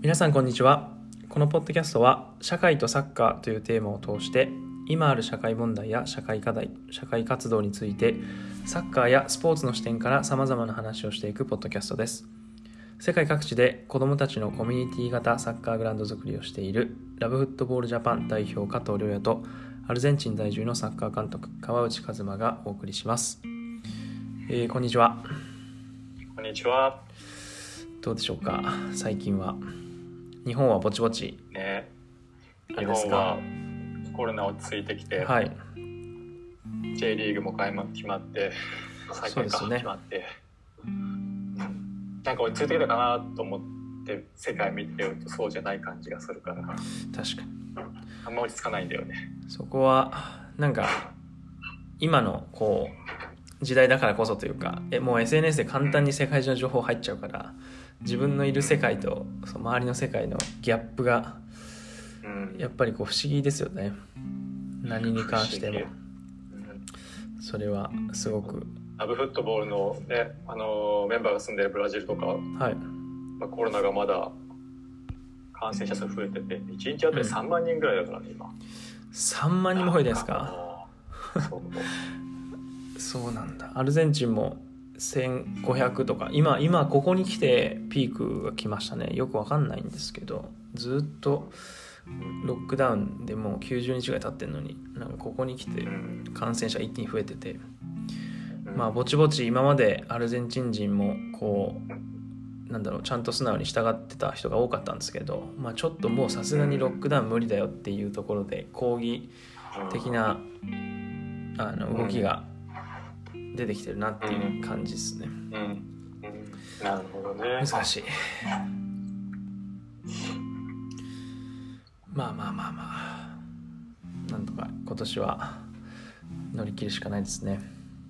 皆さんこんにちは。このポッドキャストは社会とサッカーというテーマを通して今ある社会問題や社会課題、社会活動についてサッカーやスポーツの視点から様々な話をしていくポッドキャストです。世界各地で子どもたちのコミュニティ型サッカーグラウンド作りをしているラブフットボールジャパン代表加藤亮也とアルゼンチン在住のサッカー監督川内和馬がお送りします。こんにちは。 こんにちは。 どうでしょうか。最近は日本はぼちぼちね、日本はコロナ落ち着いてきて、 はい、 J リーグも決まって再開が決まって、なんか落ち着いてきたかなと思って世界見てるとそうじゃない感じがするから、確かにあんま落ち着かないんだよね。 そこはなんか今のこう時代だからこそというか、もう SNS で簡単に世界中の情報入っちゃうから、自分のいる世界とその周りの世界のギャップがやっぱりこう不思議ですよね。何に関してもそれはすごくラブフットボールの、ね、メンバーが住んでるブラジルとか、はいコロナがまだ感染者数増えてて1日あたり3万人ぐらいだからね、今 3万人も増えてるんですか。そうなんだ。アルゼンチンも1500とか今ここに来てピークが来ましたね。よくわかんないんですけど、ずっとロックダウンでもう90日ぐらい経ってるのに、なんかここに来て感染者一気に増えてて、まあぼちぼち今までアルゼンチン人もこうなんだろう、ちゃんと素直に従ってた人が多かったんですけど、まあちょっともうさすがにロックダウン無理だよっていうところで抗議的な動きが出てきてるなっていう感じですね。 なるほどね。 難しい。まあなんとか今年は乗り切るしかないですね。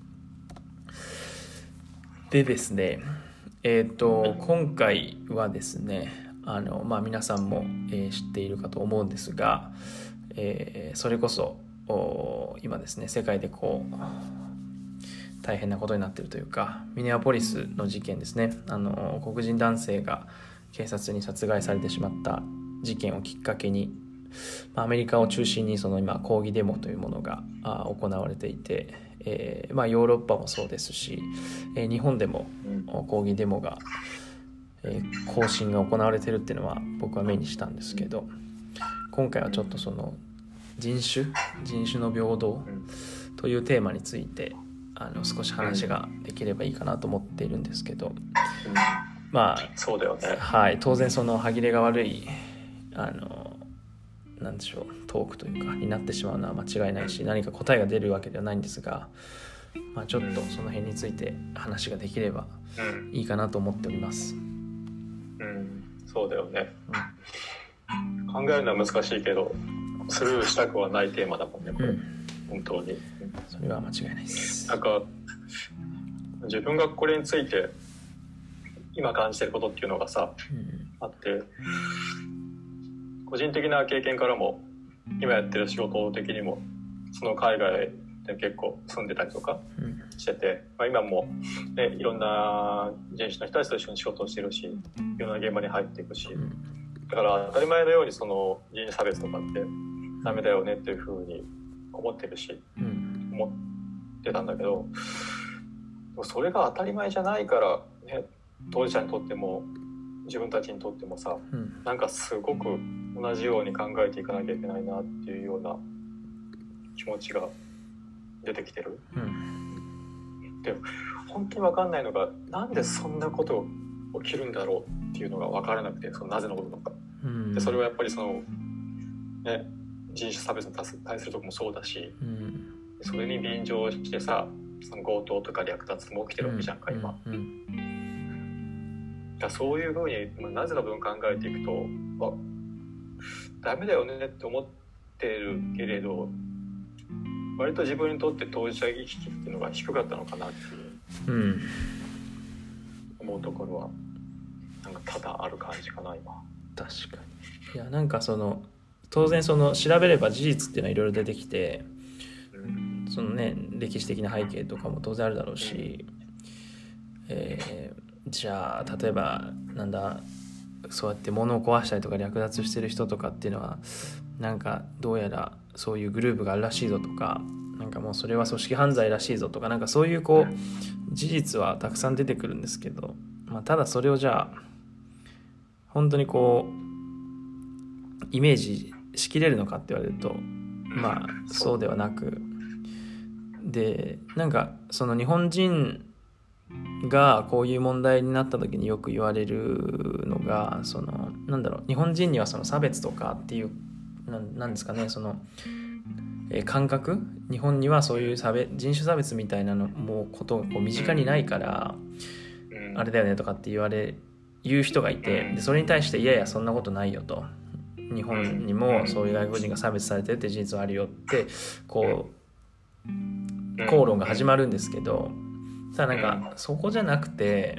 でですね、今回はですね、皆さんも、知っているかと思うんですが、それこそ今ですね、世界でこう大変なことになっているというか、ミネアポリスの事件ですね。黒人男性が警察に殺害されてしまった事件をきっかけに、アメリカを中心にその今抗議デモというものが行われていて、ヨーロッパもそうですし、日本でも抗議デモが、行進が行われているっていうのは僕は目にしたんですけど、今回はちょっとその人種の平等というテーマについて少し話ができればいいかなと思っているんですけど、 そうだよね。 はい、当然その歯切れが悪いなんでしょう、トークというかになってしまうのは間違いないし、何か答えが出るわけではないんですが、ちょっとその辺について話ができればいいかなと思っております。 そうだよね、考えるのは難しいけどスルーしたくはないテーマだもんね、これ、本当にそれは間違いないです。 なんか自分がこれについて今感じてることっていうのがさ、あって、個人的な経験からも今やってる仕事的にもその海外で結構住んでたりとかしてて、今も、ね、いろんな人種の人たちと一緒に仕事をしてるし、いろんな現場に入っていくし、だから当たり前のようにその人種差別とかってダメだよねっていうふうに思ってるし、思ってたんだけど、それが当たり前じゃないから、ね、当事者にとっても自分たちにとってもさ、なんかすごく同じように考えていかなきゃいけないなっていうような気持ちが出てきてる。で本当に分かんないのが、なんでそんなこと起きるんだろうっていうのが分からなくて、そのなぜのこととか、でそれはやっぱりその、ね、人種差別に対するとこもそうだし、それに便乗してさ、その強盗とか略奪も起きてるわけじゃんか今。だそういうふうになぜの分考えていくと、ダメだよねって思ってるけれど、割と自分にとって当事者意識っていうのが低かったのかなっていう、思うところはなんか多々ある感じかな今。 確かに。いや、なんかその当然その調べれば事実っていうのはいろいろ出てきて、そのね、歴史的な背景とかも当然あるだろうし、じゃあ例えばなんだそうやって物を壊したりとか略奪してる人とかっていうのはなんかどうやらそういうグループがあるらしいぞとか、なんかもうそれは組織犯罪らしいぞとか、なんかそういうこう事実はたくさん出てくるんですけど、ただそれをじゃあ本当にこうイメージしきれるのかって言われるとそうではなく、でなんかその日本人がこういう問題になった時によく言われるのが、そのなんだろう、日本人にはその差別とかっていうなんですかね、その感覚、日本にはそういう人種差別みたいなのもうことがこう身近にないから、あれだよねとかって言う人がいて、でそれに対していやいやそんなことないよと、日本にもそういう外国人が差別されてるって事実はあるよってこう口論が始まるんですけど、ただなんかそこじゃなくて、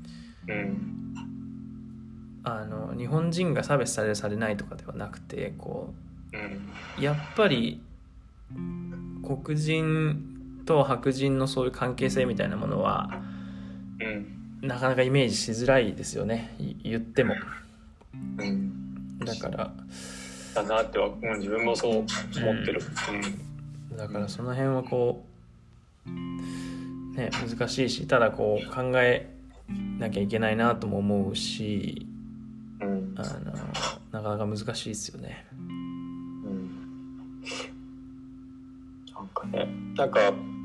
日本人が差別されるされないとかではなくて、こうやっぱり黒人と白人のそういう関係性みたいなものはなかなかイメージしづらいですよね、言っても。だからだなっては、自分もそう思ってる。 だからその辺はこうね難しいし、ただこう考えなきゃいけないなとも思うし、なかなか難しいですよね。 なんか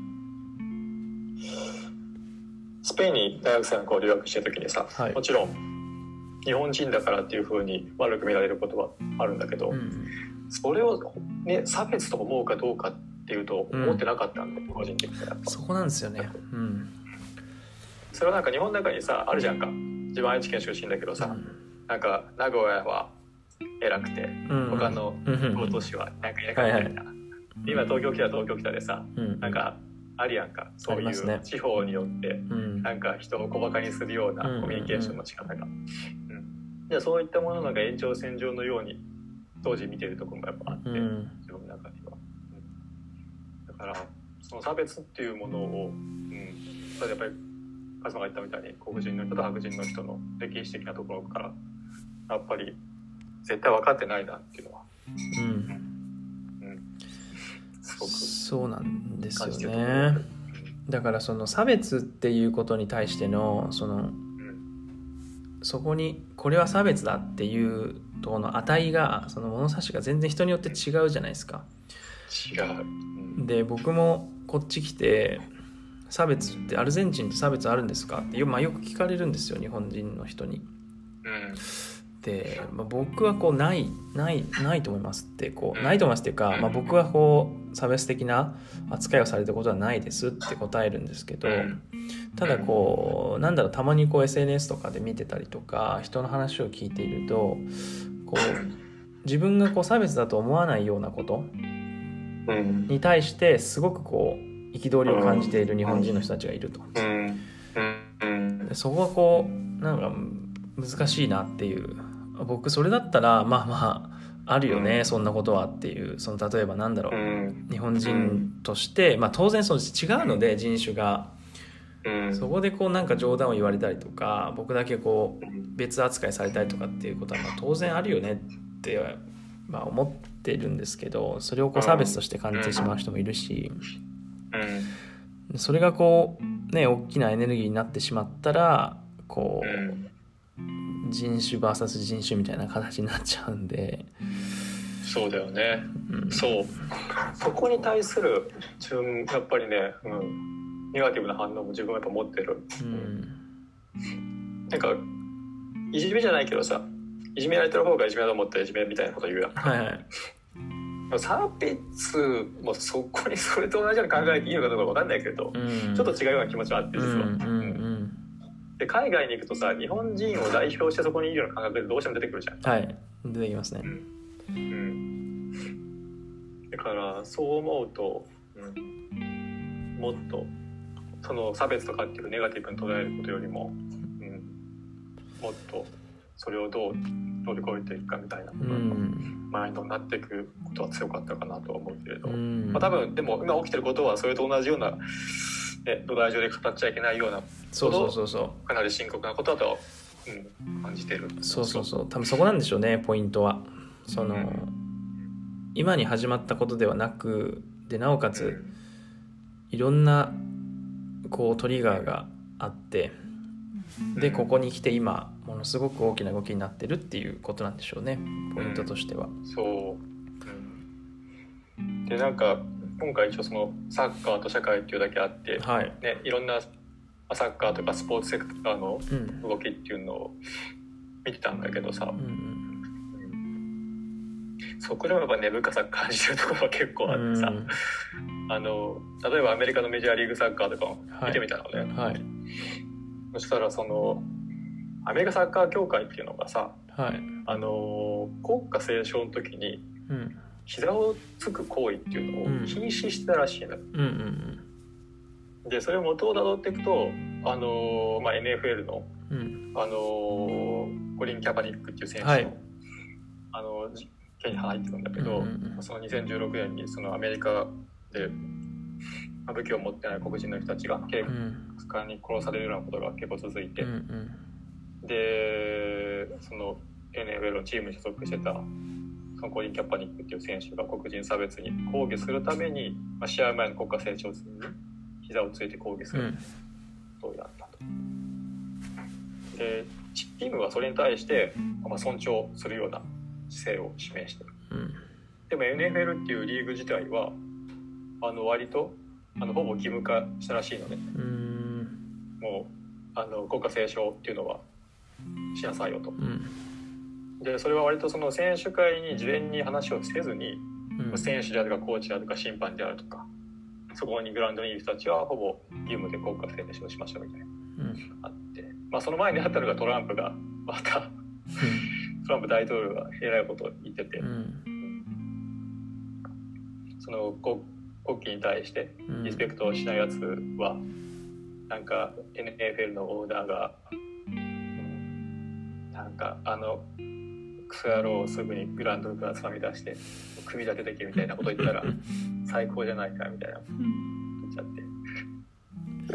スペインに大学生が留学してる時にさ、もちろん日本人だからっていう風に悪く見られることはあるんだけど、それを、ね、差別と思うかどうかっていうと思ってなかったんで、個人的にはやっぱそこなんですよね。 それはなんか日本の中にさあるじゃんか。自分愛知県出身だけどさ、なんか名古屋は偉くて、他の大都市はなんか田舎みたいな、今東京来たでさ、なんかありやんか、そういう地方によってなんか人を小バカにするようなコミュニケーションの仕方が、でそういったもののが延長線上のように当時見てるところもやっぱあって、自分の中には、だからその差別っていうものを、それでやっぱりカズマが言ったみたいに黒人の人と白人の人の歴史的なところからやっぱり絶対分かってないなっていうのは、すごくそうなんですよね。だからその差別っていうことに対してのそこにこれは差別だっていうところの値が、その物差しが全然人によって違うじゃないですか。 違う。 で僕もこっち来て差別ってアルゼンチンって差別あるんですかってよく聞かれるんですよ、日本人の人に。で、僕はこうないと思いますってないと思いますっていうか、僕はこう差別的な扱いをされたことはないですって答えるんですけど、ただこうたまにこう SNS とかで見てたりとか人の話を聞いていると、こう自分がこう差別だと思わないようなことに対してすごくこう憤りを感じている日本人の人たちがいると。でそこはこうなんか難しいなっていう、僕それだったらあるよね、そんなことはっていう、例えば日本人として、当然そう違うので人種が、そこでこうなんか冗談を言われたりとか、僕だけこう別扱いされたりとかっていうことは当然あるよねって思ってるんですけど、それをこう差別として感じてしまう人もいるし、それがこうね大きなエネルギーになってしまったらこう人種 VS 人種みたいな形になっちゃうんで。 そうだよね、そこに対する自分やっぱりね、ネガティブな反応も自分はやっぱ持ってる、なんかいじめじゃないけどさ、いじめられてる方がいじめだと思ったらいじめみたいなこと言うやん、差別もそこにそれと同じように考えていいのかどうか分かんないけど、ちょっと違うような気持ちはあって、実は、で海外に行くとさ、日本人を代表してそこにいるような感覚でどうしても出てくるじゃん。 出てきますね。 だからそう思うと、もっとその差別とかっていうネガティブに捉えることよりも、もっとそれをどう乗り越えていくかみたいなマインドになっていくことは強かったかなとは思うけれど、多分でも今起きてることはそれと同じような、土台上で語っちゃいけないようなかなり深刻なことだと感じてる。 そう多分そこなんでしょうね、ポイントは。今に始まったことではなくで、なおかついろんなこうトリガーがあって、でここに来て今ものすごく大きな動きになってるっていうことなんでしょうね、ポイントとしては。 そう、でなんか今回一応そのサッカーと社会っていうだけあって、 はいね、いろんなサッカーとかスポーツセクターの動きっていうのを見てたんだけどさ、そこでもやっぱ根深さ感じるところは結構あってさ、例えばアメリカのメジャーリーグサッカーとかも見てみたのね、 はい、 そしたらそのアメリカサッカー協会っていうのがさ、 はい、 国歌斉唱の時に膝をつく行為っていうのを禁止してたらしいの、でそれを元をたどっていくと、NFL の、コリン・キャパニックっていう選手の、はい、件に入ってるんだけど、その2016年にそのアメリカで武器を持ってない黒人の人たちが警官に殺されるようなことが結構続いて、でその NFL のチームに所属してたそのコリン・キャパニックっていう選手が黒人差別に抗議するために、試合前の国歌斉唱に膝をついて抗議することをやったと。でチームはそれに対して、尊重するような姿勢を示してる、でも NFL っていうリーグ自体は割とほぼ義務化したらしいのね、もう国歌斉唱っていうのはしなさいよと、でそれは割とその選手会に事前に話をせずに、選手であるとかコーチであるとか審判であるとかそこにグラウンドにいる人たちはほぼ義務で国歌斉唱しましょうみたいな、あって、その前にあったのがトランプがまたトランプ大統領がえらいことを言ってて、その国旗に対してリスペクトをしないやつは、なんか NFL のオーナーが、なんかクソ野郎をすぐにグラウンドからつまみ出して首立ててけみたいなこと言ったら最高じゃないかみたいな言っちゃって、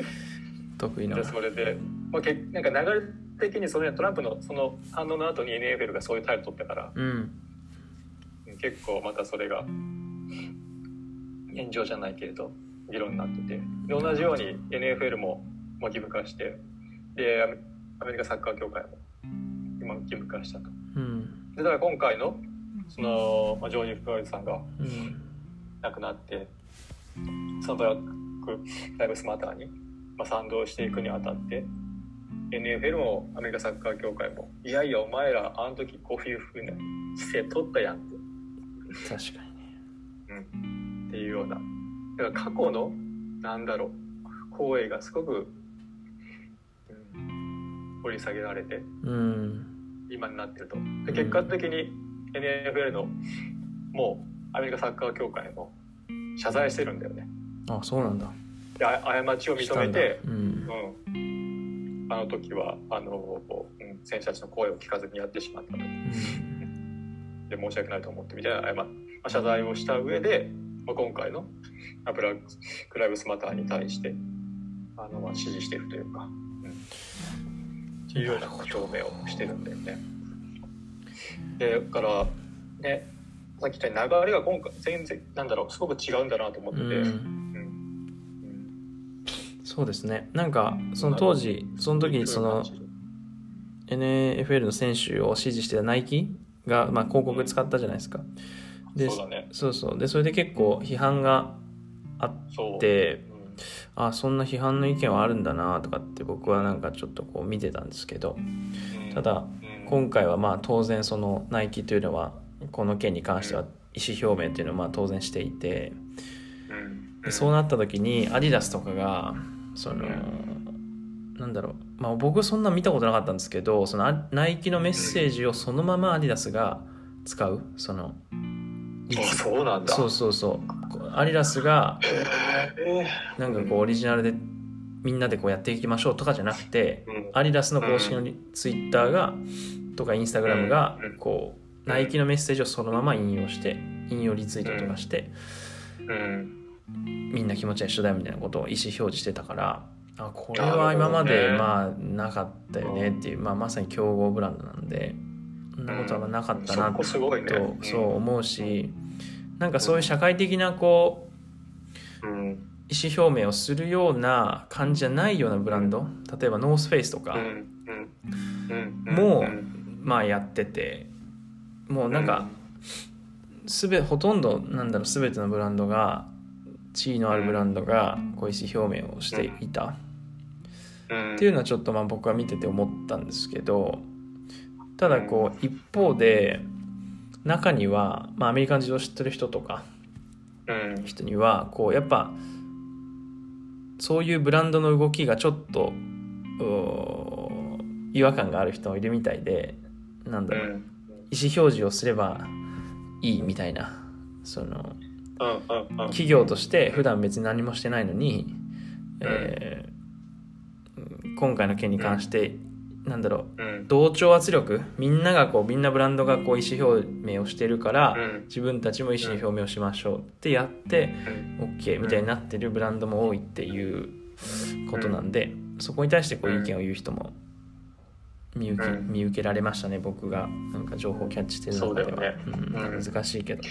得意な。 でそれで、なんか流れ的にそれトランプのその反応の後に NFL がそういう態度取ったから、結構またそれが炎上じゃないけれど議論になってて、で同じように NFL も義務化して、でアメリカサッカー協会も今義務化したと、でだから今回のその、ジョージ・フロイドさんが亡くなって、そのブラック・ライブスマターに、賛同していくにあたって NFL もアメリカサッカー協会もいやいやお前らあの時こういう風な姿勢取ったやんって、 確かにね、 っていうような、だから過去の行為がすごく、掘り下げられて、今になってると。で結果的に NFL のもうアメリカサッカー協会も謝罪してるんだよね。 あ、そうなんだ。 で過ちを認めて、あの時は選手たちの声を聞かずにやってしまったと、で申し訳ないと思ってみたいな謝罪をした上で、今回のブラック・ライブスマターに対して支持しているというか、っていうような表明をしてるんだよね。でだからね、さっき言ったように流れが今回全然すごく違うんだなと思ってて、 そうですね。なんかその当時その時その NFL の選手を支持してたナイキが広告使ったじゃないですか。で、 そうだね。 そうでそれで結構批判があって、そんな批判の意見はあるんだなとかって僕はなんかちょっとこう見てたんですけど、ただ今回は当然そのナイキというのはこの件に関しては意思表明というのは当然していて、でそうなった時にアディダスとかがその僕そんな見たことなかったんですけど、そのナイキのメッセージをそのままアディダスが使う、そうなんだ。 そうアディダスがなんかこうオリジナルでみんなでこうやっていきましょうとかじゃなくて、アディダスの公式のツイッターがとかインスタグラムがこうナイキのメッセージをそのまま引用リツイートとかして、みんな気持ちは一緒だよみたいなことを意思表示してたから、 これは今までまあなかったよねっていう、まさに競合ブランドなんで、そんなことはなかったなと、そう思うし、なんかそういう社会的なこう、意思表明をするような感じじゃないようなブランド、例えばノースフェイスとかもまあやってて、もうなんかほとんど全てのブランドが、地位のあるブランドがこう意思表明をしていたっていうのはちょっと僕は見てて思ったんですけど、ただこう一方で中には、アメリカの事情を知ってる人とか人にはこうやっぱそういうブランドの動きがちょっと違和感がある人もいるみたいで、意思表示をすればいいみたいな、その企業として普段別に何もしてないのに、今回の件に関して同調圧力、みんなブランドがこう意思表明をしてるから、自分たちも意思表明をしましょうってやって、OK みたいになってるブランドも多いっていうことなんで、そこに対してこう意見を言う人も見受けられましたね。僕がなんか情報をキャッチしてる中では、そうだよね、難しいけど、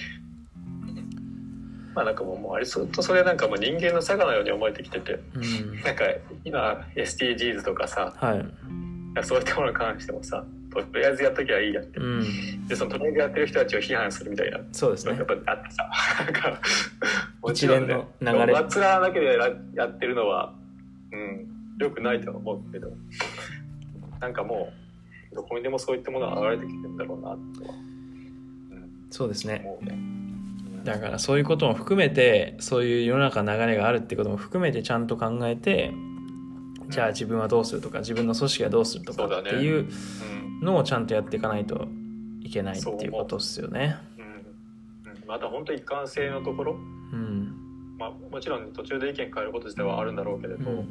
なんかもうあれずっとそれなんかもう人間の差がのように思えてきてて、なんか今 SDGs とかさ、そういったものに関してもさ、とりあえずやっときゃいいやって、でそのとりあえずやってる人たちを批判するみたいな、 そうですね、 やっぱあってさ、なんかもちろんね、一連の流れ、 松らだけでやってるのは、良くないとは思うけど、なんかもうどこにでもそういったものが現れてきてるんだろうなとは、 そうですね。 思うね。 だからそういうことも含めて、そういう世の中の流れがあるってことも含めてちゃんと考えて、じゃあ自分はどうするとか、自分の組織はどうするとかっていうのをちゃんとやっていかないといけないっていうことですよね。 また本当一貫性のところ、もちろん途中で意見変えること自体はあるんだろうけれど、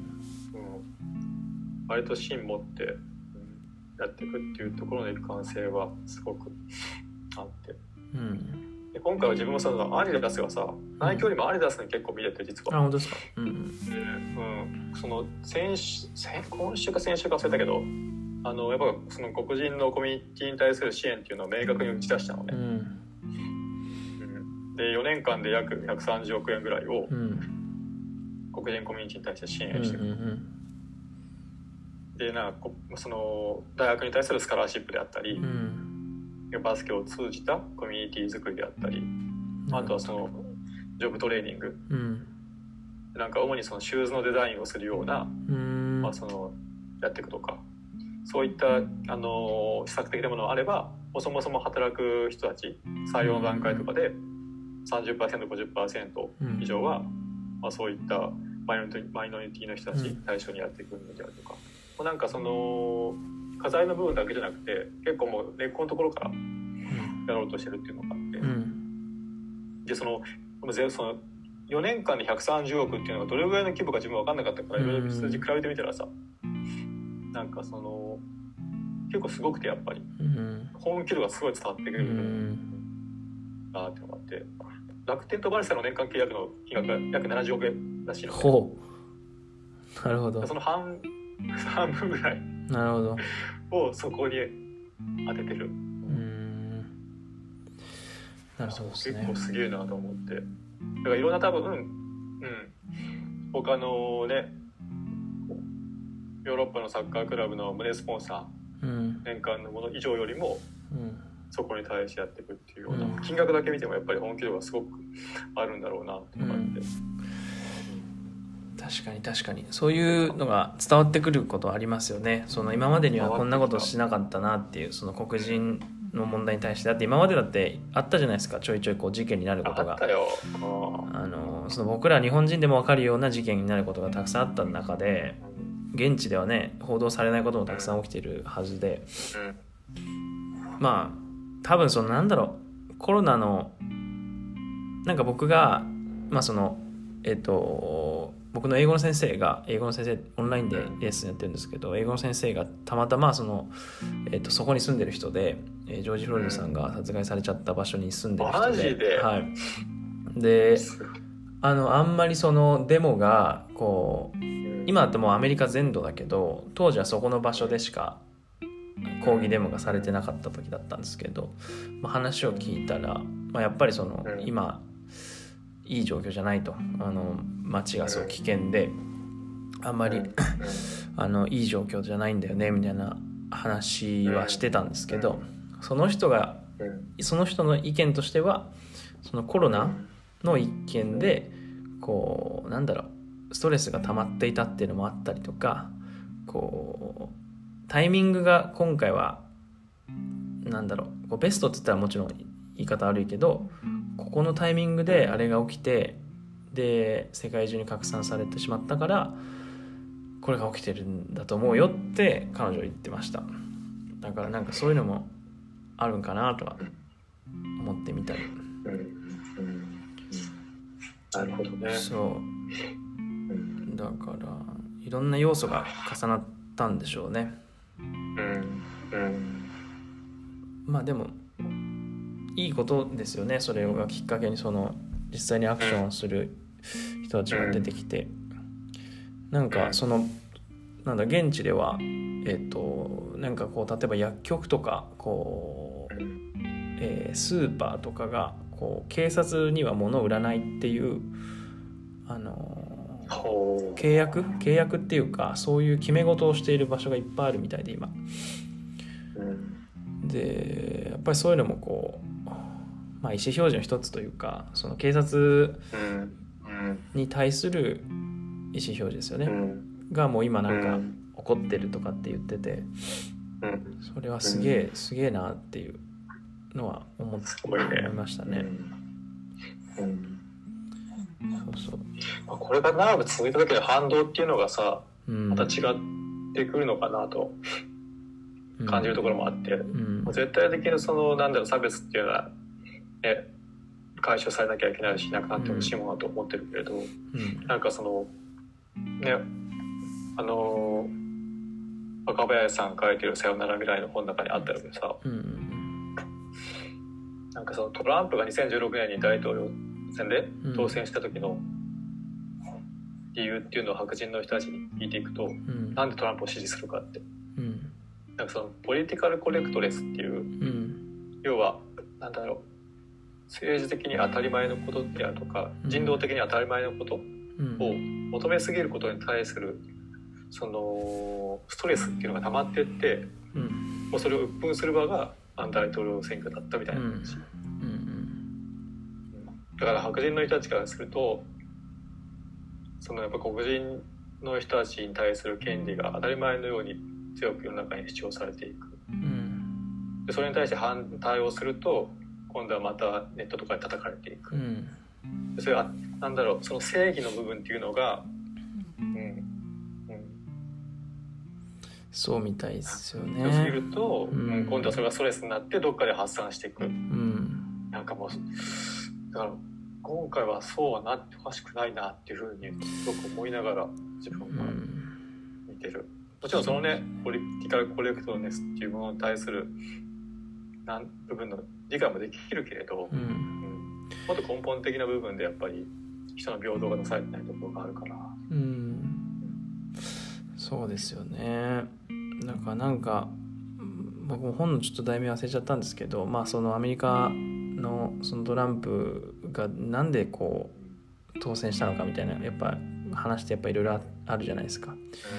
割と芯持ってやっていくっていうところの一貫性はすごくあって、で今回は自分もさ、アディダスがさ、ナイキよりもアディダスに結構見れて、実は。 本当ですか。 その今週か先週か忘れたけど、やっぱその黒人のコミュニティに対する支援っていうのを明確に打ち出したのね。で4年間で約130億円ぐらいを黒人コミュニティに対して支援してる。でその大学に対するスカラーシップであったり、バスケを通じたコミュニティ作りであったり、あとはそのジョブトレーニング、なんか主にそのシューズのデザインをするような、そのやっていくとか、そういった施策的なものがあれば、そもそも働く人たち採用の段階とかで 30%、50% 以上は、そういったマイノリティの人たち対象にやっていくんであるとか、なんかその課題の部分だけじゃなくて、結構もう根っこのところからやろうとしてるっていうのがあって、でその4年間で130億っていうのがどれぐらいの規模か自分は分かんなかったから、いろいろ数字比べてみたらさ、なんかその結構すごくて、やっぱり本気度がすごい伝わってくるなっていうのがあって、楽天とバルサの年間契約の金額が約70億円らしいので、 なるほど、 その半分ぐらいをそこに当ててる。 なるほどですね。 結構すげえなと思って、だからいろんな多分、他のね、ヨーロッパのサッカークラブの胸スポンサー、年間のもの以上よりも、そこに対してやっていくっていうような、金額だけ見てもやっぱり本気度がすごくあるんだろうなっていうのがあって、 確かにそういうのが伝わってくることはありますよね。その今までにはこんなことしなかったなっていう、その黒人の問題に対して、だって今までだってあったじゃないですか、ちょいちょいこう事件になることが。 あったよ。 その僕ら日本人でも分かるような事件になることがたくさんあった中で、現地ではね報道されないこともたくさん起きているはずで、多分そのコロナのなんか僕がその僕の英語の先生オンラインでレッスンやってるんですけど、英語の先生がたまたまそこに住んでる人で、ジョージ・フロイドさんが殺害されちゃった場所に住んでる人で、 マジで、 はい、であんまりそのデモがこう今だともうアメリカ全土だけど、当時はそこの場所でしか抗議デモがされてなかった時だったんですけど、話を聞いたら、やっぱりその今いい状況じゃないと、街がすごく危険であんまりいい状況じゃないんだよねみたいな話はしてたんですけど、その人の意見としては、そのコロナの一件でこうストレスが溜まっていたっていうのもあったりとか、こうタイミングが今回はこうベストって言ったらもちろん言い方悪いけど、ここのタイミングであれが起きて、で世界中に拡散されてしまったからこれが起きてるんだと思うよって彼女は言ってました。だからそういうのもあるんかなとは思ってみたり。 なるほどね。 そうだからいろんな要素が重なったんでしょうね。でもいいことですよね。それがきっかけに実際にアクションをする人たちが出てきて、現地ではこう例えば薬局とかこう、スーパーとかがこう警察には物を売らないっていう契約っていうか、そういう決め事をしている場所がいっぱいあるみたいで今、でやっぱりそういうのもこう、意思表示の一つというか、その警察に対する意思表示ですよね、がもう今起こってるとかって言ってて、それはすげえなっていうのは思いましたね。そうこれが長く続いた時の反動っていうのがさ、また違ってくるのかなと感じるところもあって、絶対的に差別っていうのは、解消されなきゃいけないし、なくなってほしいものだと思ってるけれど、若林さん書いてるさよなら未来の本の中にあったようにさ、トランプが2016年に大統領選で当選した時の理由っていうのを白人の人たちに聞いていくと、なんでトランプを支持するかって、ポリティカルコレクトレスっていう、要は政治的に当たり前のことであるとか、人道的に当たり前のことを求めすぎることに対するストレスっていうのが溜まっていって、もうそれを鬱憤する場が大統領選挙だったみたいな話、だから白人の人たちからすると、やっぱ黒人の人たちに対する権利が当たり前のように強く世の中に主張されていく、でそれに対して反対をすると今度はまたネットとかで叩かれていく、それはその正義の部分っていうのが、 そうみたいですよね。 強すぎると、今度はそれがストレスになってどっかで発散していく、もうだから今回はそうはなってほしくないなっていうふうにすごく思いながら自分は見てる。もちろんそのね、ポリティカルコレクトネスっていうものに対する部分の理解もできるけれど、もっと根本的な部分でやっぱり人の平等がなされてないところがあるから、 そうですよね。僕も本のちょっと題名忘れちゃったんですけど、そのアメリカのそのトランプがなんでこう当選したのかみたいな、やっぱ話ってやっぱいろいろあるじゃないですか。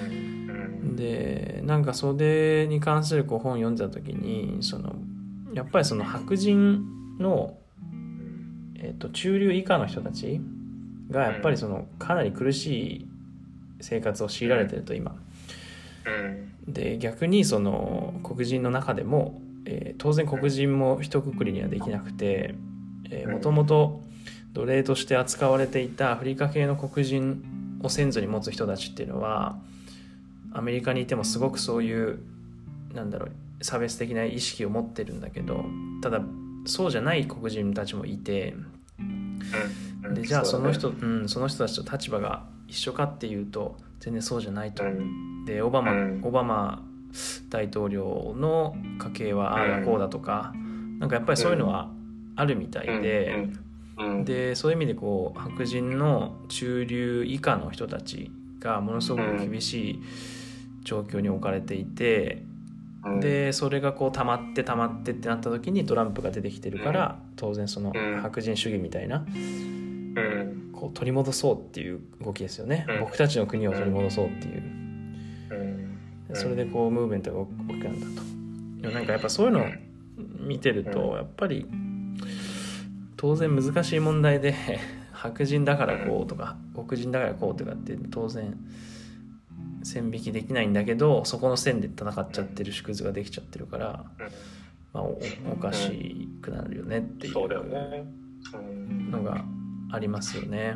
でそれに関する本を読んだ時に、やっぱりその白人の、中流以下の人たちがやっぱりかなり苦しい生活を強いられてると今。で逆に黒人の中でも、当然黒人も一括りにはできなくて、もともと奴隷として扱われていたアフリカ系の黒人を先祖に持つ人たちっていうのはアメリカにいてもすごくそういう差別的な意識を持ってるんだけど、ただそうじゃない黒人たちもいて、でじゃあその人たちと立場が一緒かっていうと全然そうじゃないと。でオバマ大統領の家系はああだこうだとか、やっぱりそういうのはあるみたいで、でそういう意味で白人の中流以下の人たちがものすごく厳しい状況に置かれていて、でそれがこう溜まってってなった時にトランプが出てきてるから、当然その白人主義みたいな、こう取り戻そうっていう動きですよね。僕たちの国を取り戻そうっていう、それでこうムーブメントが起きたんだと。なんかやっぱそういうのを見てると、やっぱり当然難しい問題で白人だからこうとか黒人だからこうとかって当然線引きできないんだけど、そこの線で戦っちゃってる縮図ができちゃってるから、まあ、おかしくなるよねっていうのがありますよね。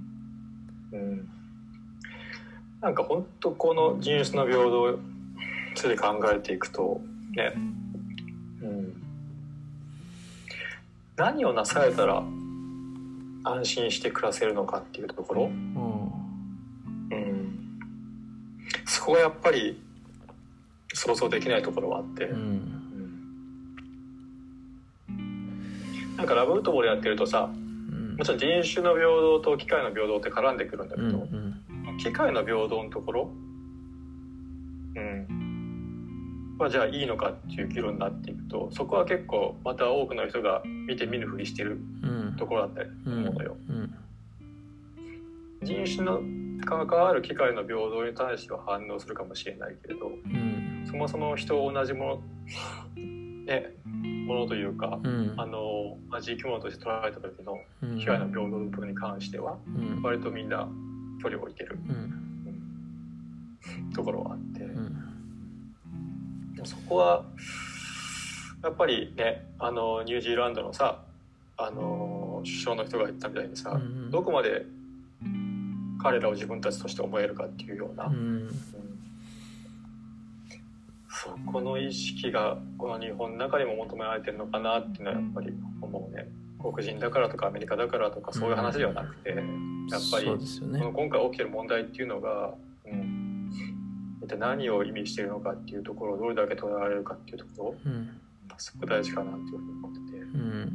なんか本当この人種の平等について考えていくとね、何をなされたら安心して暮らせるのかっていうところ、そこがやっぱり想像できないところはあって、なんかラブウッドボールやってるとさ、もちろん人種の平等と機会の平等って絡んでくるんだけど、機会の平等のところ、じゃあいいのかっていう議論になっていくと、そこは結構また多くの人が見て見ぬふりしてるところだったり思うのよ。人種の関わる機会の平等に対しては反応するかもしれないけれど、そもそも人を同じものというか、同じ生き物として捉えた時の機会の平等の部分に関しては、割とみんな距離を置いてる、ところはあって、そこはやっぱりね、ニュージーランドのさ、首相の人が言ったみたいにさ、どこまで彼らを自分たちとして思えるかっていうような、そこの意識がこの日本の中にも求められてるのかなっていうのはやっぱり思うね。黒人だからとかアメリカだからとかそういう話ではなくて、やっぱりこの今回起きてる問題っていうのが、一体何を意味しているのかっていうところをどれだけ捉えられるかっていうところ、すごく大事かなっていうふうに思ってて、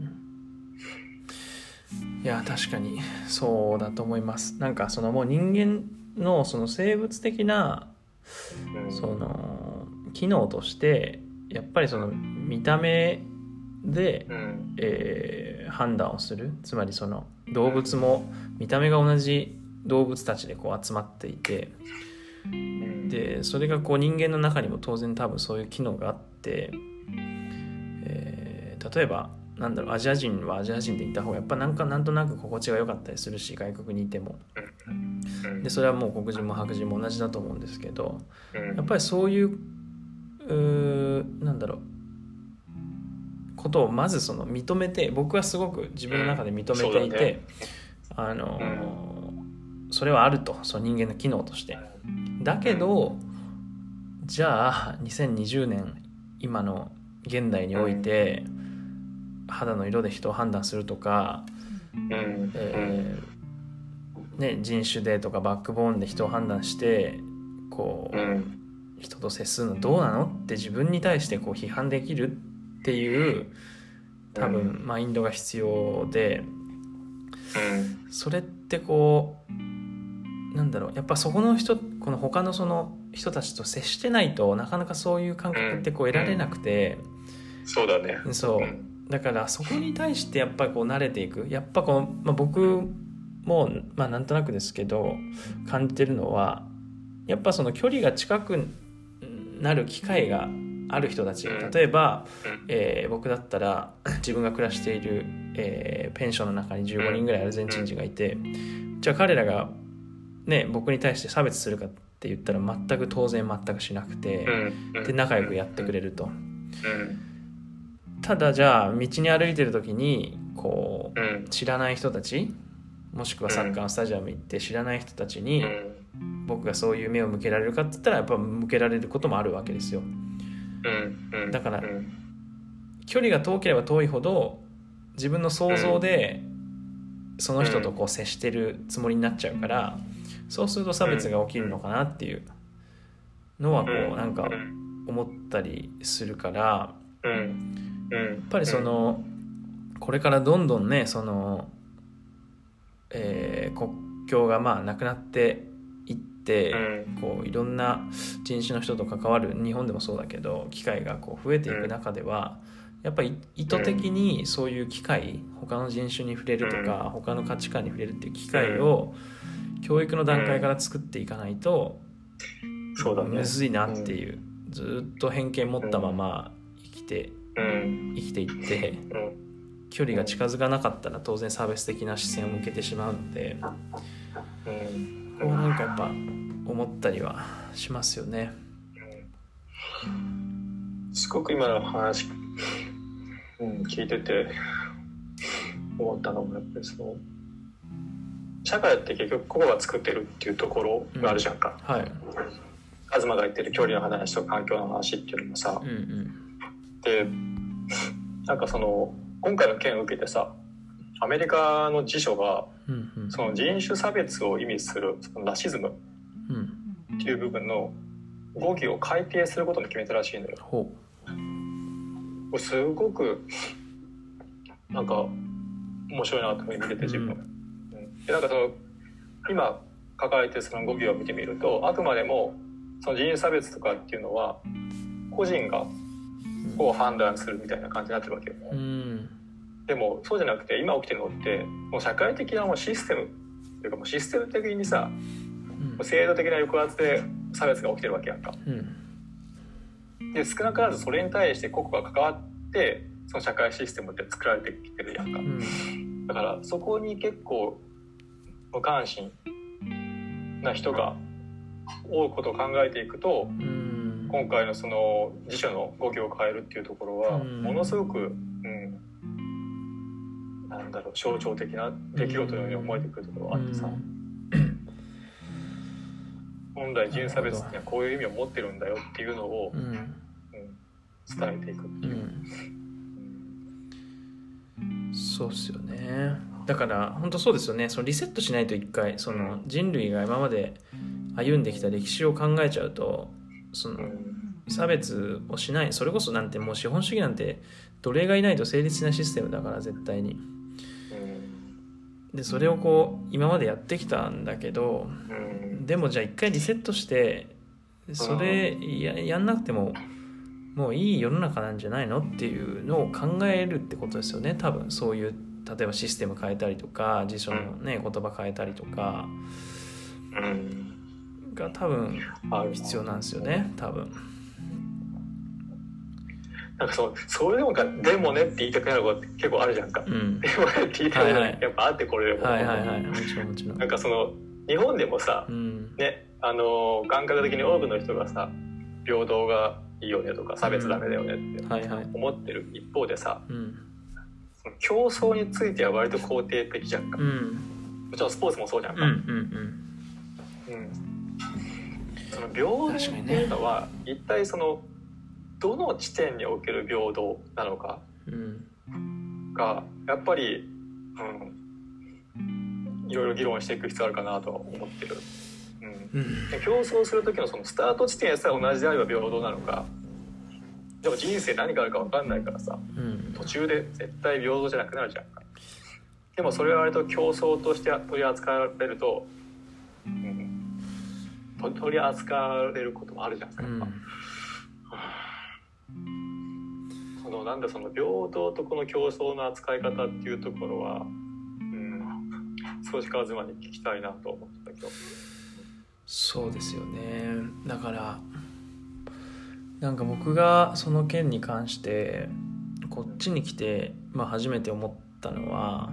いや確かにそうだと思います。なんかそのもう人間のその生物的なその機能としてやっぱりその見た目で、判断をする、つまりその動物も見た目が同じ動物たちでこう集まっていて、でそれがこう人間の中にも当然多分そういう機能があって、例えばなんだろう、アジア人はアジア人でいた方がやっぱなんとなく心地が良かったりするし、外国にいても、でそれはもう黒人も白人も同じだと思うんですけど、やっぱりそういうなんだろうことをまずその認めて、僕はすごく自分の中で認めていて、それはあると、その人間の機能として。だけどじゃあ2020年今の現代において肌の色で人を判断するとか、人種でとかバックボーンで人を判断してこう、人と接するのどうなのって自分に対してこう批判できるっていう多分マインドが必要で、それってこうなんだろう、やっぱそこの人、この他のその人たちと接してないとなかなかそういう感覚ってこう得られなくて、 そうだね。 そうだからそこに対してやっぱりこう慣れていく、やっぱこの、僕もなんとなくですけど感じてるのは、やっぱその距離が近くなる機会がある人たち、例えば、僕だったら自分が暮らしている、ペンションの中に15人ぐらいアルゼンチン人がいて、じゃあ彼らがね、僕に対して差別するかって言ったら全くしなくて、で仲良くやってくれると。ただじゃあ道に歩いてる時にこう知らない人たち、もしくはサッカーのスタジアム行って知らない人たちに僕がそういう目を向けられるかって言ったらやっぱ向けられることもあるわけですよ。だから距離が遠ければ遠いほど自分の想像でその人とこう接してるつもりになっちゃうから、そうすると差別が起きるのかなっていうのはこうなんか思ったりするから、やっぱりそのこれからどんどんねその、国境がなくなっていってこういろんな人種の人と関わる、日本でもそうだけど機会がこう増えていく中では、やっぱり意図的にそういう機会、他の人種に触れるとか他の価値観に触れるっていう機会を教育の段階から作っていかないとむずいなっていう、ずっと偏見持ったまま生きていって距離が近づかなかったら当然差別的な視線を向けてしまうので、こうなんかやっぱ思ったりはしますよね。 すごく今の話、聞いてて思ったのもやっぱりその社会って結局個々が作ってるっていうところがあるじゃんか、 はい、 東が言ってる距離の話と環境の話っていうのもさ、でなんかその今回の件を受けてさ、アメリカの辞書がその人種差別を意味するそのラシズムっていう部分の語義を改定することに決めたらしいのよ。これすごくなんか面白いなと見てて自分、でなんかその今抱えてその語義を見てみると、あくまでもその人種差別とかっていうのは個人がこう判断するみたいな感じになってるわけよね。でもそうじゃなくて今起きてるのってもう社会的なもうシステムというかもうシステム的にさ、制度的な抑圧で差別が起きてるわけやんか、で少なからずそれに対して個々が関わってその社会システムって作られてきてるやんか、だからそこに結構無関心な人が多いことを考えていくと、今回のその辞書の語義を変えるっていうところはものすごく、なんだろう象徴的な出来事のように思えてくるところがあってさ、本来人種差別ってはこういう意味を持ってるんだよっていうのを、伝えていくっていう、 そうですよね。だから本当そうですよね。そのリセットしないと一回その人類が今まで歩んできた歴史を考えちゃうと、その差別をしない、それこそなんてもう資本主義なんて奴隷がいないと成立しないシステムだから絶対に。でそれをこう今までやってきたんだけど、でもじゃあ一回リセットしてそれ やんなくてももういい世の中なんじゃないのっていうのを考えるってことですよね。多分そういう例えばシステム変えたりとか辞書のね言葉変えたりとかが多分必要なんですよね。多分なんかそういうのがでもねって言いたくなることって結構あるじゃんか、でもねって言いたくなる、やっぱあってこれるもん、 もちろんもちろん。 なんかその日本でもさ、ね感覚的に多くの人がさ平等がいいよねとか差別ダメだよねって思ってる一方でさ、その競争については割と肯定的じゃんか、もちろんスポーツもそうじゃんか、その平等っていうのは一体そのどの地点における平等なのかがやっぱり、いろいろ議論していく必要あるかなとは思ってる、競争する時のそのスタート地点さえ同じであれば平等なのか、でも人生何があるか分かんないからさ、途中で絶対平等じゃなくなるじゃんか。でもそれは割と競争として取り扱われると、取り扱われることもあるじゃんか、なんだその平等とこの競争の扱い方っていうところは、少しカズマに聞きたいなと思ってたけど。 そうですよね。だからなんか僕がその件に関してこっちに来て、初めて思ったのは、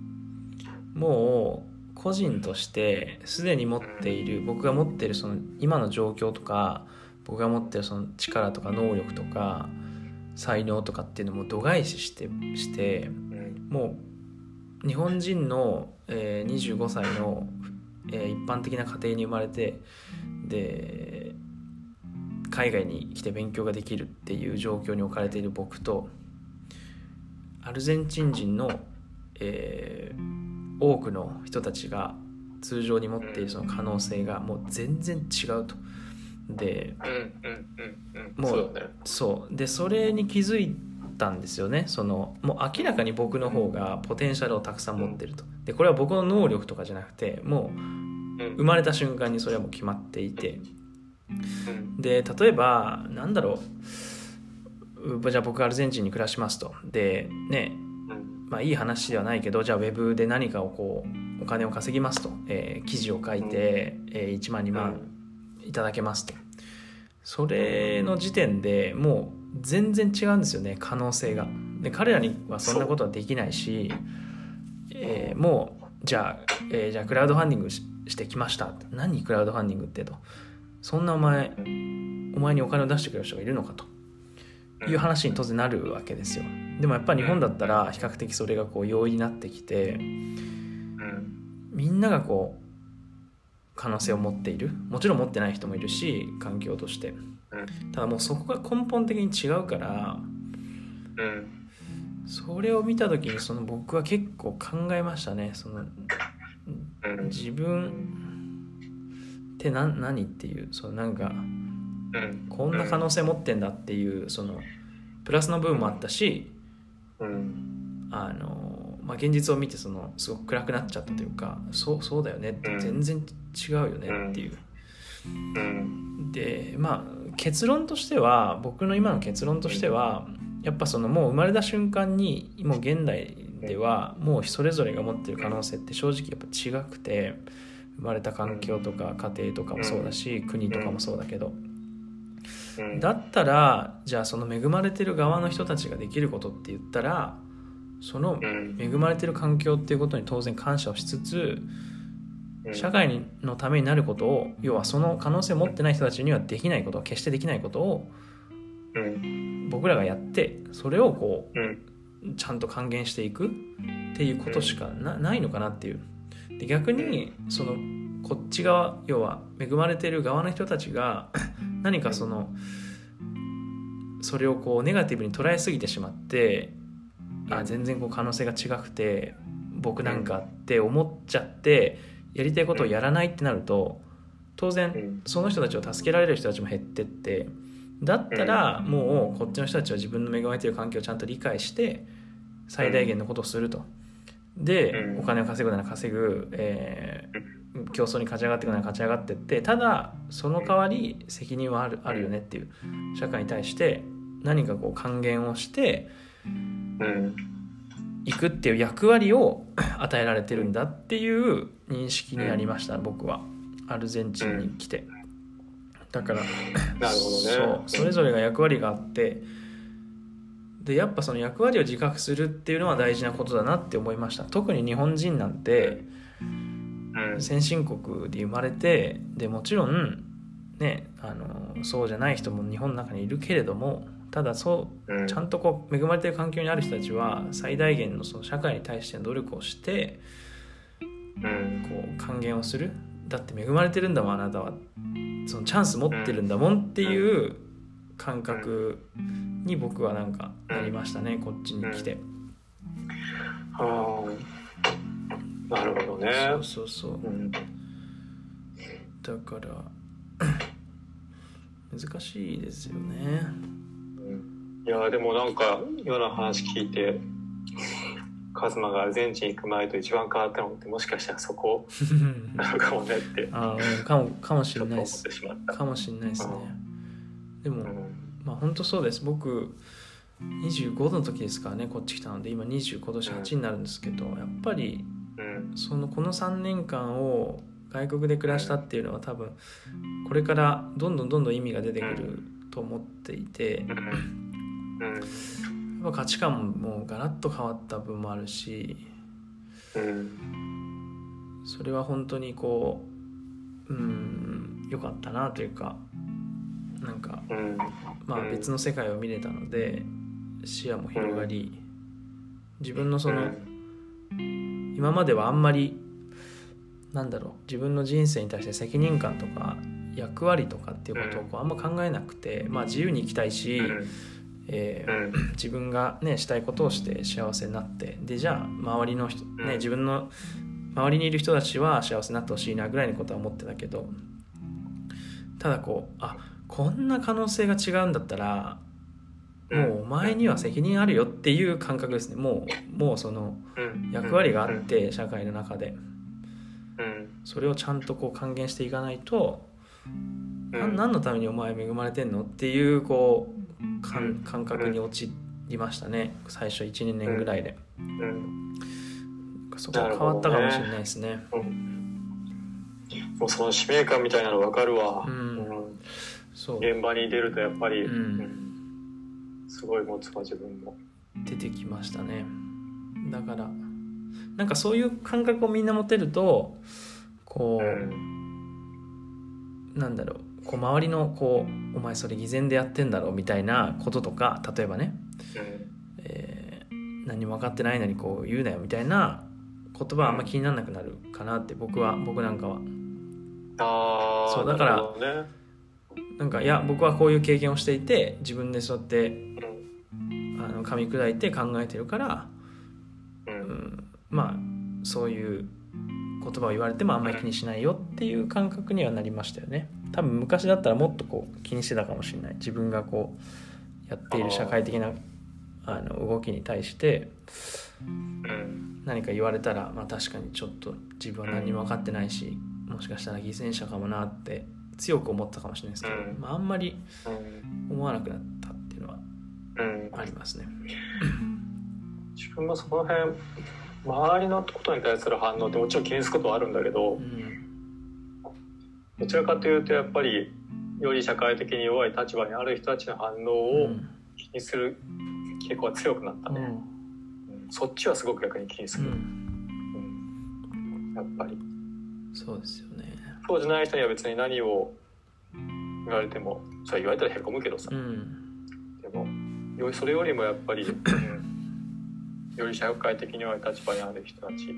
もう個人としてすでに持っている、僕が持っているその今の状況とか、僕が持っているその力とか能力とか才能とかっていうのも度外視してもう日本人の25歳の一般的な家庭に生まれて、で海外に来て勉強ができるっていう状況に置かれている僕と、アルゼンチン人の、多くの人たちが通常に持っているその可能性がもう全然違うと。で、もうそうでそれに気づいたんですよね。もう明らかに僕の方がポテンシャルをたくさん持ってると。でこれは僕の能力とかじゃなくて、もう生まれた瞬間にそれはもう決まっていて、で例えばなんだろう、じゃあ僕アルゼンチンに暮らしますと、でね、まあいい話ではないけど、じゃあウェブで何かをこうお金を稼ぎますと、記事を書いて、1万2万いただけますと、それの時点でもう全然違うんですよね、可能性が。で彼らにはそんなことはできないし、もうじゃあクラウドファンディングしてきました。何クラウドファンディングってと、そんなお前にお金を出してくれる人がいるのかという話に当然なるわけですよ。でもやっぱり日本だったら比較的それがこう容易になってきて、みんながこう可能性を持っている、もちろん持ってない人もいるし、環境として、ただもうそこが根本的に違うから、それを見た時に僕は結構考えましたね。自分って何っていう、なんかこんな可能性持ってんだっていうプラスの部分もあったし、現実を見てすごく暗くなっちゃったというか、そうだよねって、全然違うよねっていう。で結論としては、僕の今の結論としては、やっぱもう生まれた瞬間に、もう現代ではもうそれぞれが持っている可能性って正直やっぱ違くて、生まれた環境とか家庭とかもそうだし、国とかもそうだけど、だったらじゃあ恵まれてる側の人たちができることって言ったら、恵まれてる環境っていうことに当然感謝をしつつ、社会のためになることを、要はその可能性を持ってない人たちにはできないこと、決してできないことを僕らがやって、それをこうちゃんと還元していくっていうことしかないのかなっていう。で逆にこっち側、要は恵まれてる側の人たちが何かそれをこうネガティブに捉えすぎてしまって、全然こう可能性が違くて僕なんかって思っちゃってやりたいことをやらないってなると、当然その人たちを助けられる人たちも減ってって、だったらもうこっちの人たちは自分の恵まれている環境をちゃんと理解して最大限のことをすると、でお金を稼ぐなら稼ぐ、競争に勝ち上がっていくなら勝ち上がってって、ただその代わり責任はあるよねっていう、社会に対して何かこう還元をしていくっていう役割を与えられてるんだっていう認識になりました、僕はアルゼンチンに来て。だからなるほどね。 それぞれが役割があって、でやっぱその役割を自覚するっていうのは大事なことだなって思いました。特に日本人なんて先進国で生まれて、でもちろんね、そうじゃない人も日本の中にいるけれども、ただちゃんとこう恵まれている環境にある人たちは最大限の社会に対しての努力をしてこう還元をする。だって恵まれてるんだもん、あなたはチャンス持ってるんだもんっていう感覚に僕はなんかなりましたね、こっちに来て。 なるほどね。 そう、だから難しいですよね。 いやでもなんか今の話聞いて、カズマがアルゼンチン行く前と一番変わったのって、もしかしたらそこなのかもねってかもしれないです。かもしれないですね。でも、本当そうです。僕25の時ですからね、こっち来たので、今25、今年8になるんですけど、やっぱりこの3年間を外国で暮らしたっていうのは多分これからどんどん意味が出てくると思っていて、やっぱ価値観もガラッと変わった部分もあるし、それは本当にこう良かったなというか、なんか別の世界を見れたので視野も広がり、自分の今まではあんまり自分の人生に対して責任感とか役割とかっていうことをこうあんま考えなくて、自由に生きたいし、自分がねしたいことをして幸せになって、でじゃあ周りの人ね、自分の周りにいる人たちは幸せになってほしいなぐらいのことは思ってたけど、ただこんな可能性が違うんだったらもうお前には責任あるよっていう感覚ですね。もうその役割があって、社会の中でそれをちゃんとこう還元していかないと、何のためにお前恵まれてんのっていうこう感覚に陥りましたね、最初 1,2 年ぐらいで、そこは変わったかもしれないですね。 もうその使命感みたいなの分かるわ、 そう現場に出るとやっぱり、すごい持つわ、自分も出てきましたね。だからなんかそういう感覚をみんな持てるとこう、なんだろう、こう周りのこうお前それ偽善でやってんだろみたいなこととか、例えばね、何も分かってないのにこう言うなよみたいな言葉はあんま気にならなくなるかなって、僕なんかは。そうだからなんか、いや僕はこういう経験をしていて、自分でそうやって噛み砕いて考えてるから、まあそういう言葉を言われてもあんまり気にしないよっていう感覚にはなりましたよね。多分昔だったらもっとこう気にしてたかもしれない。自分がこうやっている社会的な動きに対して何か言われたら、まあ確かにちょっと自分は何も分かってないし、もしかしたら犠牲者かもなって強く思ったかもしれないですけど、あんまり思わなくなったっていうのはありますね。 自分もその辺周りのことに対する反応ってもちろん気にすることはあるんだけど、どちらかというとやっぱりより社会的に弱い立場にある人たちの反応を気にする傾向が強くなったね、そっちはすごく逆に気にする、やっぱりそうですよね。 そうじゃない人には別に何を言われても、それ言われたらへこむけどさ、でもそれよりもやっぱり、より社会的に弱い立場にある人たち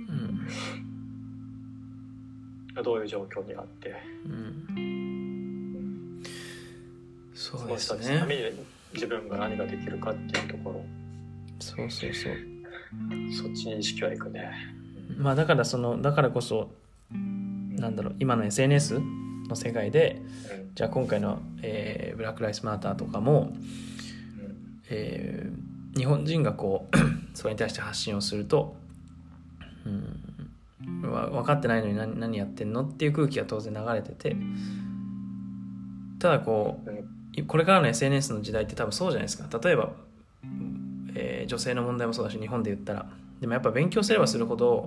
がどういう状況にあって、 そうですね、 その人たちのために自分が何ができるかっていうところ、 そうそっちに意識はいくね。 まあだからこそなんだろう、今の SNS の世界で、じゃあ今回の、ブラック・ライス・マーターとかも、日本人がこうそれに対して発信をすると、分かってないのに何やってんのっていう空気が当然流れてて、ただこれからの SNS の時代って多分そうじゃないですか。例えば、女性の問題もそうだし、日本で言ったらでもやっぱ勉強すればするほど、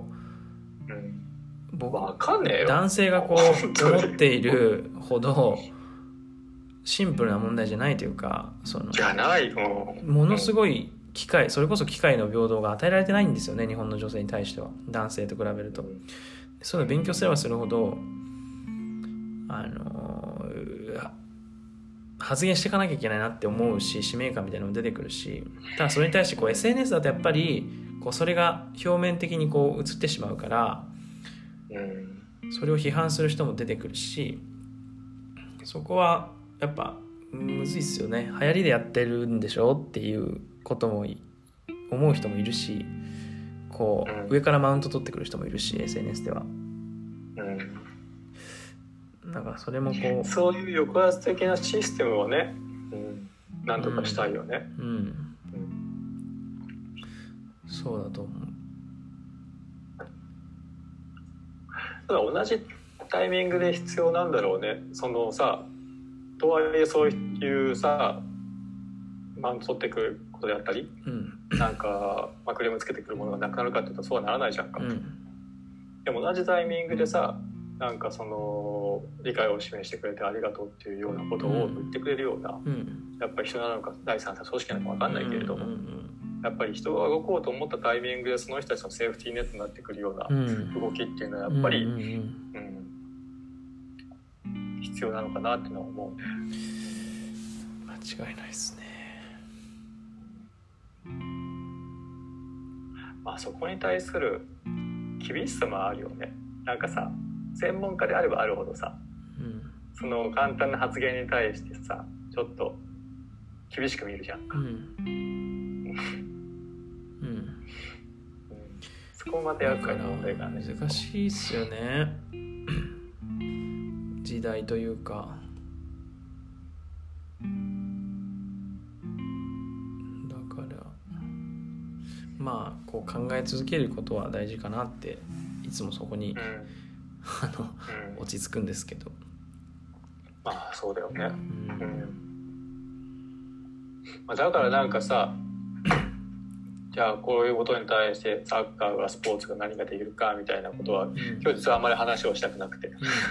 わかんねえよ、 男性がこう思っているほどシンプルな問題じゃないというか、 じゃないものすごいそれこそ機会の平等が与えられてないんですよね、日本の女性に対しては、男性と比べると。そういうの勉強すればするほど発言していかなきゃいけないなって思うし、使命感みたいなのも出てくるし、ただそれに対してこう SNS だとやっぱりこうそれが表面的にこう映ってしまうから、それを批判する人も出てくるし、そこはやっぱむずいっすよね。流行りでやってるんでしょっていうことも思う人もいるし、こう上からマウント取ってくる人もいるし、 SNS では。だからそれもこうそういう抑圧的なシステムをね、なんとかしたいよね。 そうだと思う。 ただ同じタイミングで必要なんだろうね。そのさ、とはいえそういうさ、マウント取ってくることであったり、なんか、クレームつけてくるものがなくなるかっていうとそうはならないじゃんか。でも同じタイミングでさ、なんかその理解を示してくれてありがとうっていうようなことを言ってくれるような、やっぱり人なのか第三者組織なのか分かんないけれども、やっぱり人が動こうと思ったタイミングでその人たちのセーフティーネットになってくるような動きっていうのはやっぱり、必要なのかなっていうのは思うね。 間違いないですね。 そこに対する厳しさもあるよね。なんかさ、専門家であればあるほどさ、その簡単な発言に対してさ、ちょっと厳しく見るじゃんか。そこまで厄介な問題がね。 難しいっすよね。時代というか。だからこう考え続けることは大事かなって、いつもそこに落ち着くんですけど、 まあそうだよね、まあ、だからなんかさ、じゃあこういうことに対してサッカーがスポーツが何ができるかみたいなことは、今日実はあんまり話をしたくなくて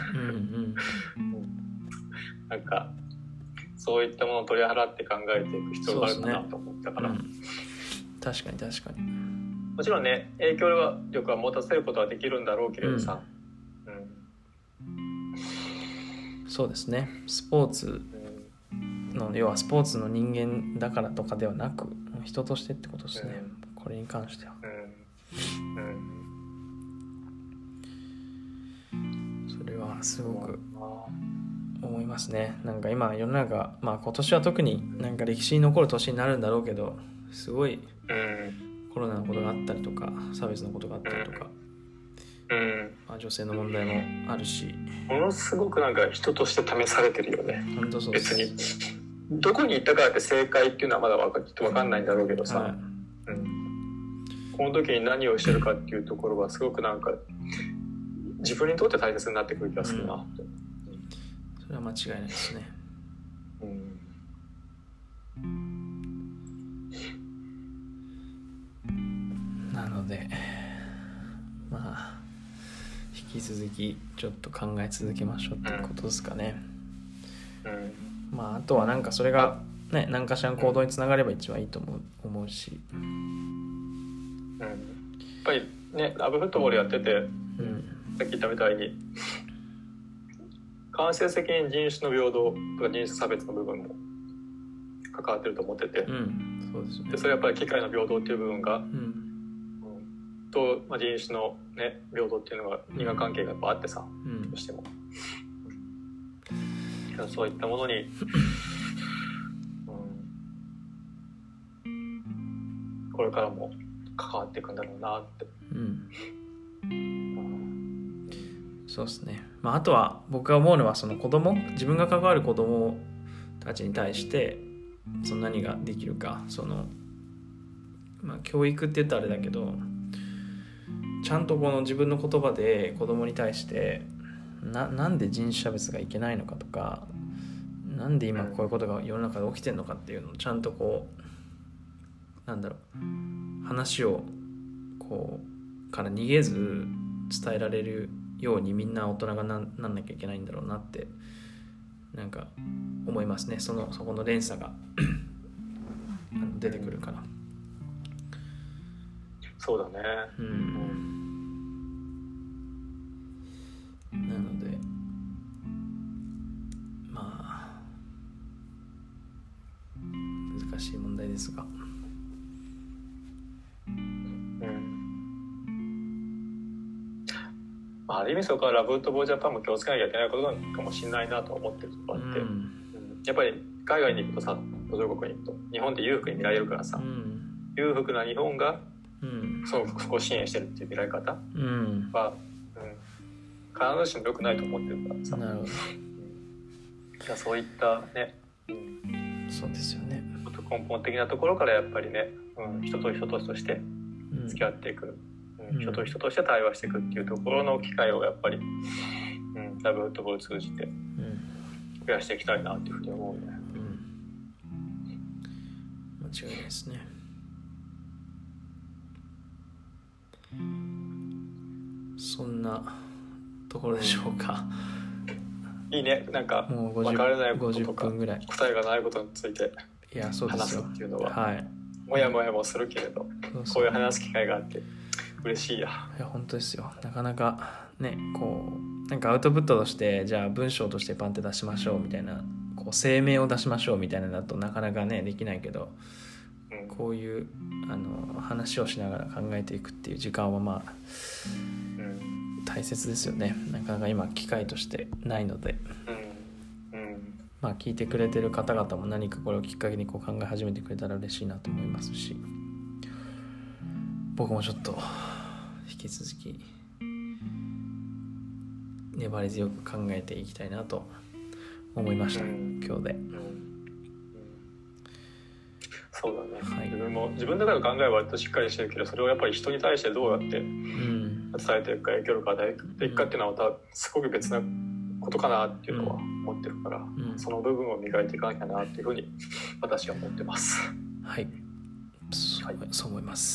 なんかそういったものを取り払って考えていく必要があるかなと思ったから、 確かに確かに、 もちろんね影響力は持たせることはできるんだろうけれどさ、 そうですね、スポーツの、要はスポーツの人間だからとかではなく人としてってことですね、これに関しては、それはすごく思いますね。なんか今世の中、まあ今年は特になんか歴史に残る年になるんだろうけど、すごいコロナのことがあったりとか差別のことがあったりとか、まあ、女性の問題もあるし、 ものすごくなんか人として試されてるよね。 本当そうです。 別にどこに行ったかって正解っていうのはまだきっと分かんないんだろうけどさ、この時に何をしてるかっていうところはすごくなんか自分にとって大切になってくる気がするな、 それは間違いないですね。なのでまあ引き続きちょっと考え続けましょうっていうことですかね。まああとはなんかそれがね何かしらの行動につながれば一番いいと思うし、 やっぱりねラブフットボールやってて、さっき言ったみたいに間接的に人種の平等とか人種差別の部分も関わってると思ってて、 そうですね。 でそれはやっぱり機会の平等っていう部分が、と、まあ、人種の、ね、平等っていうのが因果関係がやっぱあってさ、どうしてもそういったものに、これからも関わっていくんだろうなって、 そうですね。まああとは僕が思うのはその自分が関わる子供たちに対してその何ができるか、そのまあ教育って言ったらあれだけど、ちゃんとこの自分の言葉で子供に対してなんで人種差別がいけないのかとか、なんで今こういうことが世の中で起きてるのかっていうのをちゃんとこう話をこうから逃げず伝えられるようにみんな大人がなんなきゃいけないんだろうなってなんか思いますね。そこの連鎖が出てくるから。 そうだね。 なのでまあ難しい問題ですが、 ある意味そこからラブフットボールジャパンも気をつけなきゃいけないことなのかもしれないなと思ってるところあって、やっぱり海外に行くとさ、途上国に行くと日本って裕福に見られるからさ、裕福な日本がそこを支援してるっていう見られ方は、必ずしも良くないと思ってるからさ。なるほど。そういったね、 そうですよね。 根本的なところからやっぱりね、人と人として付き合っていく、人と人として対話していくっていうところの機会をやっぱり、ラブフットボールを通じて増やしていきたいなっていうふうに思うね。 間違いないですね。そんなところでしょうか。 いいね、なんか分からないこととか答えがないことについて話すっていうのは、もやもやもするけれど、こういう話す機会があって嬉しいや。 いや本当ですよ。なかなかね、こうなんかアウトプットとしてじゃあ文章としてパンって出しましょうみたいな、こう声明を出しましょうみたいなのだとなかなかねできないけど、こういう話をしながら考えていくっていう時間はまあ、大切ですよね。なかなか今機会としてないので、まあ聞いてくれてる方々も何かこれをきっかけにこう考え始めてくれたら嬉しいなと思いますし、僕もちょっと引き続き粘り強く考えていきたいなと思いました、今日で。 そうだね、自分の中の考えは割としっかりしてるけど、それをやっぱり人に対してどうやって、 伝えていくか影響力を与えていくかっていうのはまたすごく別なことかなっていうのは思ってるから、その部分を磨いていかなきゃなっていうふうに私は思ってます。 はい、そう思います。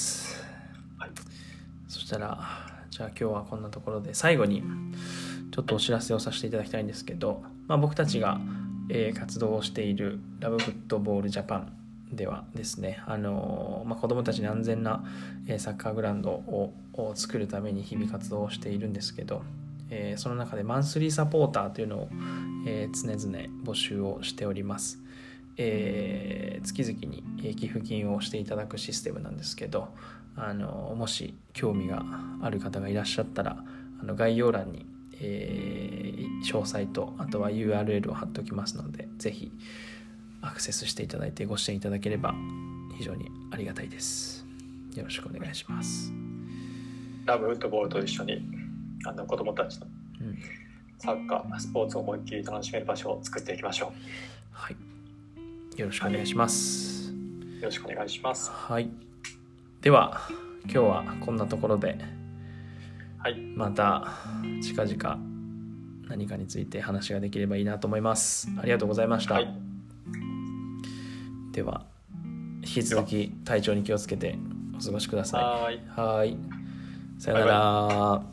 はい、そしたらじゃあ今日はこんなところで、最後にちょっとお知らせをさせていただきたいんですけど、僕たちが、活動をしているラブフットボールジャパンではですね、子どもたちに安全な、サッカーグラウンドを作るために日々活動をしているんですけど、その中でマンスリーサポーターというのを、常々募集をしております。月々に寄付金をしていただくシステムなんですけど、もし興味がある方がいらっしゃったら概要欄に、詳細とあとは URL を貼っておきますので、ぜひアクセスしていただいてご支援いただければ非常にありがたいです。よろしくお願いします。 ラブフットボールと一緒に子どもたちのサッカー、スポーツを思いっきり楽しめる場所を作っていきましょう。 はい、よろしくお願いします。 よろしくお願いします。 はい、では今日はこんなところで、 はい、また近々何かについて話ができればいいなと思います。ありがとうございました。はい、では引き続き体調に気をつけてお過ごしください。はい、さよなら。バイバイ。